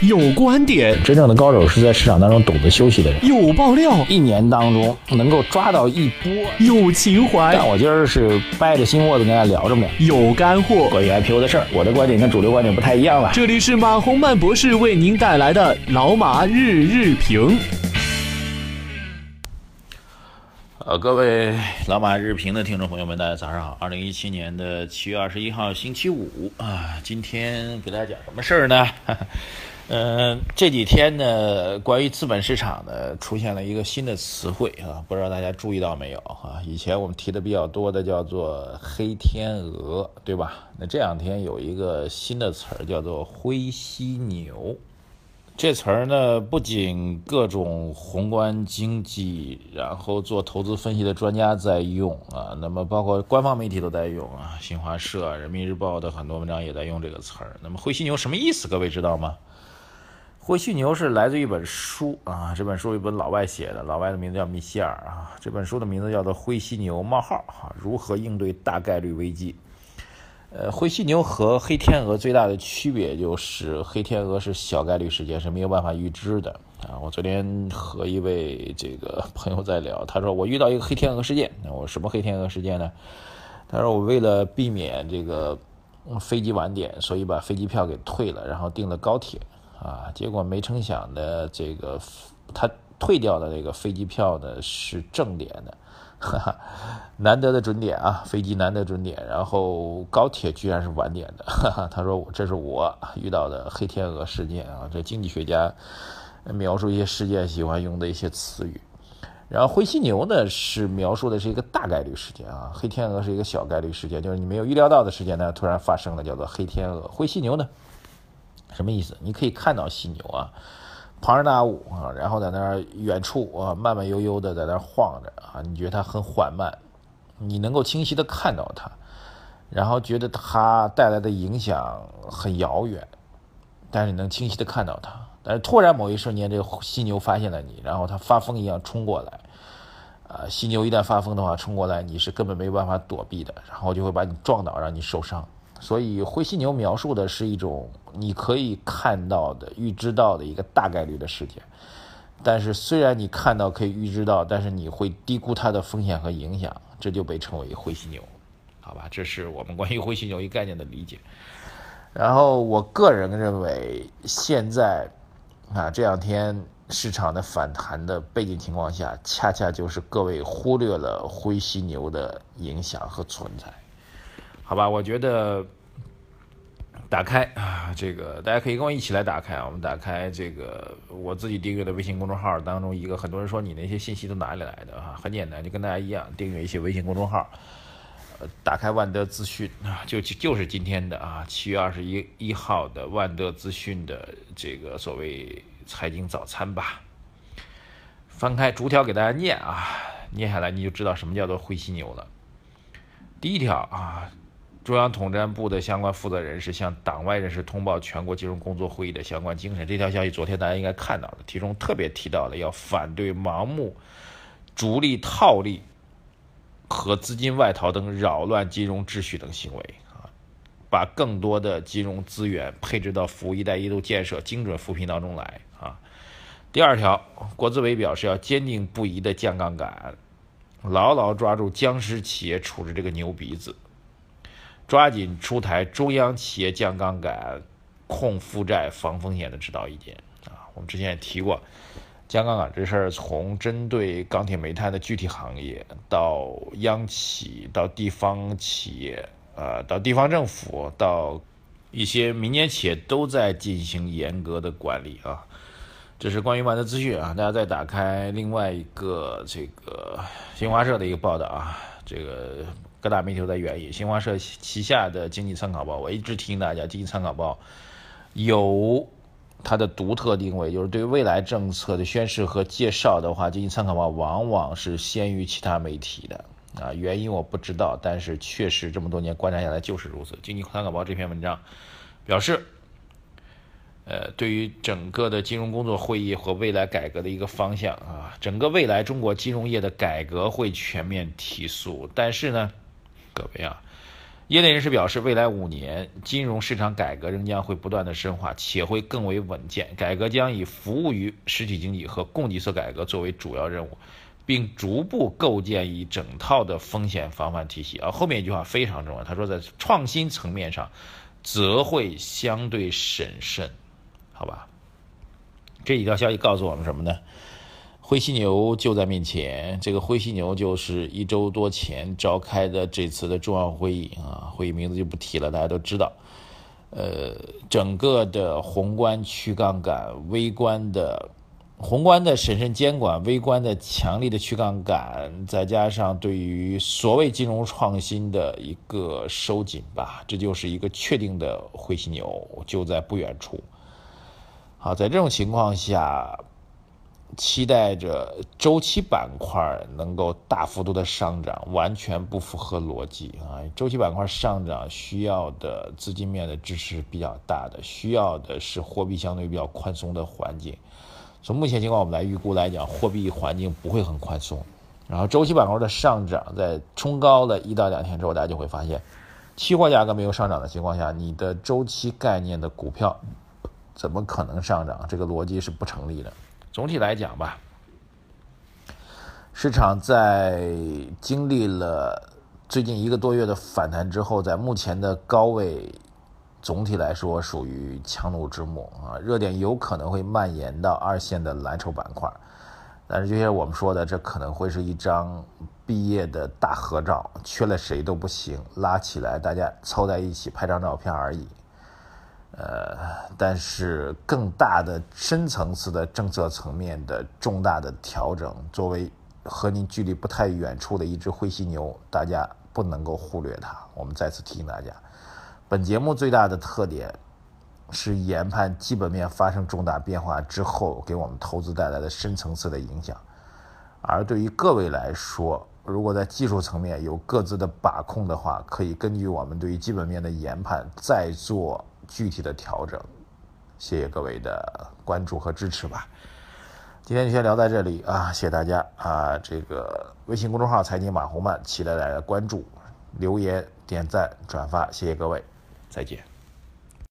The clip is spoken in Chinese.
有观点， 真正的高手是在市场当中懂得休息的人。 有爆料， 一年当中能够抓到一波。 有情怀， 但我今儿是掰着心窝子跟大家聊着呢。 有干货， 关于 IPO 的事儿，我的观点跟主流观点不太一样了。 这里是马洪曼博士为您带来的老马日日评。 各位老马日评的听众朋友们，大家早上好。2017年的7月21号星期五啊，今天给大家讲什么事儿呢？这几天呢，关于资本市场呢，出现了一个新的词汇啊，不知道大家注意到没有啊？以前我们提的比较多的叫做黑天鹅，对吧？那这两天有一个新的词儿叫做灰犀牛。这词儿呢，不仅各种宏观经济，然后做投资分析的专家在用啊，那么包括官方媒体都在用啊，新华社、人民日报的很多文章也在用这个词儿。那么灰犀牛什么意思？各位知道吗？灰犀牛是来自于一本书啊，这本书一本老外写的，老外的名字叫米歇尔啊，这本书的名字叫做《灰犀牛：如何应对大概率危机》。灰犀牛和黑天鹅最大的区别就是黑天鹅是小概率事件，是没有办法预知的啊。我昨天和一位这个朋友在聊，他说我遇到一个黑天鹅事件，我什么黑天鹅事件呢？他说我为了避免这个飞机晚点，所以把飞机票给退了，然后订了高铁啊，结果没成想的这个他退掉的那个飞机票呢是正点的。难得的准点啊，飞机难得准点，然后高铁居然是晚点的。他说这是我遇到的黑天鹅事件啊，这经济学家描述一些事件喜欢用的一些词语。然后灰犀牛呢是描述的是一个大概率事件啊，黑天鹅是一个小概率事件，就是你没有预料到的事件呢突然发生了，叫做黑天鹅。灰犀牛呢什么意思？你可以看到犀牛啊庞然大物啊，然后在那儿远处啊慢慢悠悠的在那儿晃着啊，你觉得它很缓慢，你能够清晰的看到它，然后觉得它带来的影响很遥远，但是你能清晰的看到它。但是突然某一瞬间，这个犀牛发现了你，然后它发疯一样冲过来啊！犀牛一旦发疯的话，冲过来你是根本没有办法躲避的，然后就会把你撞倒，让你受伤。所以灰犀牛描述的是一种你可以看到的预知到的一个大概率的事件，但是虽然你看到可以预知到，但是你会低估它的风险和影响，这就被称为灰犀牛。好吧，这是我们关于灰犀牛一概念的理解。然后我个人认为现在啊这两天市场的反弹的背景情况下，恰恰就是各位忽略了灰犀牛的影响和存在。好吧，我觉得打开啊，这个大家可以跟我一起来打开啊。我们打开这个我自己订阅的微信公众号当中一个，很多人说你那些信息都哪里来的啊？很简单，就跟大家一样，订阅一些微信公众号，打开万德资讯啊，就是今天的啊7月21号的万德资讯的这个所谓财经早餐吧。翻开逐条给大家念啊，念下来你就知道什么叫做灰犀牛了。第一条啊。中央统战部的相关负责人士向党外人士通报全国金融工作会议的相关精神。这条消息昨天大家应该看到了，其中特别提到了要反对盲目逐利套利和资金外逃等扰乱金融秩序等行为啊，把更多的金融资源配置到服务一带一路建设精准扶贫当中来啊。第二条，国资委表示要坚定不移的降杠杆，牢牢抓住僵尸企业处置这个牛鼻子，抓紧出台中央企业降杠杆、控负债、防风险的指导意见啊！我们之前也提过，降杠杆这事儿，从针对钢铁煤炭的具体行业，到央企，到地方企业，到地方政府，到一些民间企业都在进行严格的管理啊。这是关于万德资讯啊，大家再打开另外一个这个新华社的一个报道啊，这个。各大媒体都在援引新华社旗下的经济参考报，我一直提醒大家，经济参考报有它的独特定位，就是对未来政策的宣示和介绍的话，经济参考报往往是先于其他媒体的啊。原因我不知道，但是确实这么多年观察下来就是如此。经济参考报这篇文章表示，对于整个的金融工作会议和未来改革的一个方向啊，整个未来中国金融业的改革会全面提速，但是呢。各位啊， 业内人士表示，未来5年金融市场改革仍将会不断的深化，且会更为稳健。改革将以服务于实体经济和供给侧改革作为主要任务，并逐步构建一整套的风险防范体系。后面一句话非常重要，他说在创新层面上则会相对审慎，好吧？这几条消息告诉我们什么呢？灰犀牛就在面前，这个灰犀牛就是1周多前召开的这次的重要会议啊，会议名字就不提了，大家都知道。整个的宏观去杠杆，宏观的审慎监管，微观的强力的去杠杆，再加上对于所谓金融创新的一个收紧吧，这就是一个确定的灰犀牛就在不远处。好，在这种情况下，期待着周期板块能够大幅度的上涨，完全不符合逻辑啊！周期板块上涨需要的资金面的支持比较大的，需要的是货币相对比较宽松的环境。从目前情况我们来预估来讲，货币环境不会很宽松。然后周期板块的上涨在冲高了1到2天之后，大家就会发现，期货价格没有上涨的情况下，你的周期概念的股票怎么可能上涨？这个逻辑是不成立的。总体来讲吧，市场在经历了最近1个多月的反弹之后，在目前的高位总体来说属于强弩之末啊，热点有可能会蔓延到2线的蓝筹板块，但是就像我们说的，这可能会是一张毕业的大合照，缺了谁都不行，拉起来大家凑在一起拍张照片而已。但是更大的深层次的政策层面的重大的调整，作为和您距离不太远处的一只灰犀牛，大家不能够忽略它。我们再次提醒大家，本节目最大的特点是研判基本面发生重大变化之后给我们投资带来的深层次的影响，而对于各位来说，如果在技术层面有各自的把控的话，可以根据我们对于基本面的研判再做具体的调整。谢谢各位的关注和支持吧。今天就先聊在这里啊，谢谢大家啊！这个微信公众号财经马红漫，期待大家的关注、留言、点赞、转发，谢谢各位，再见。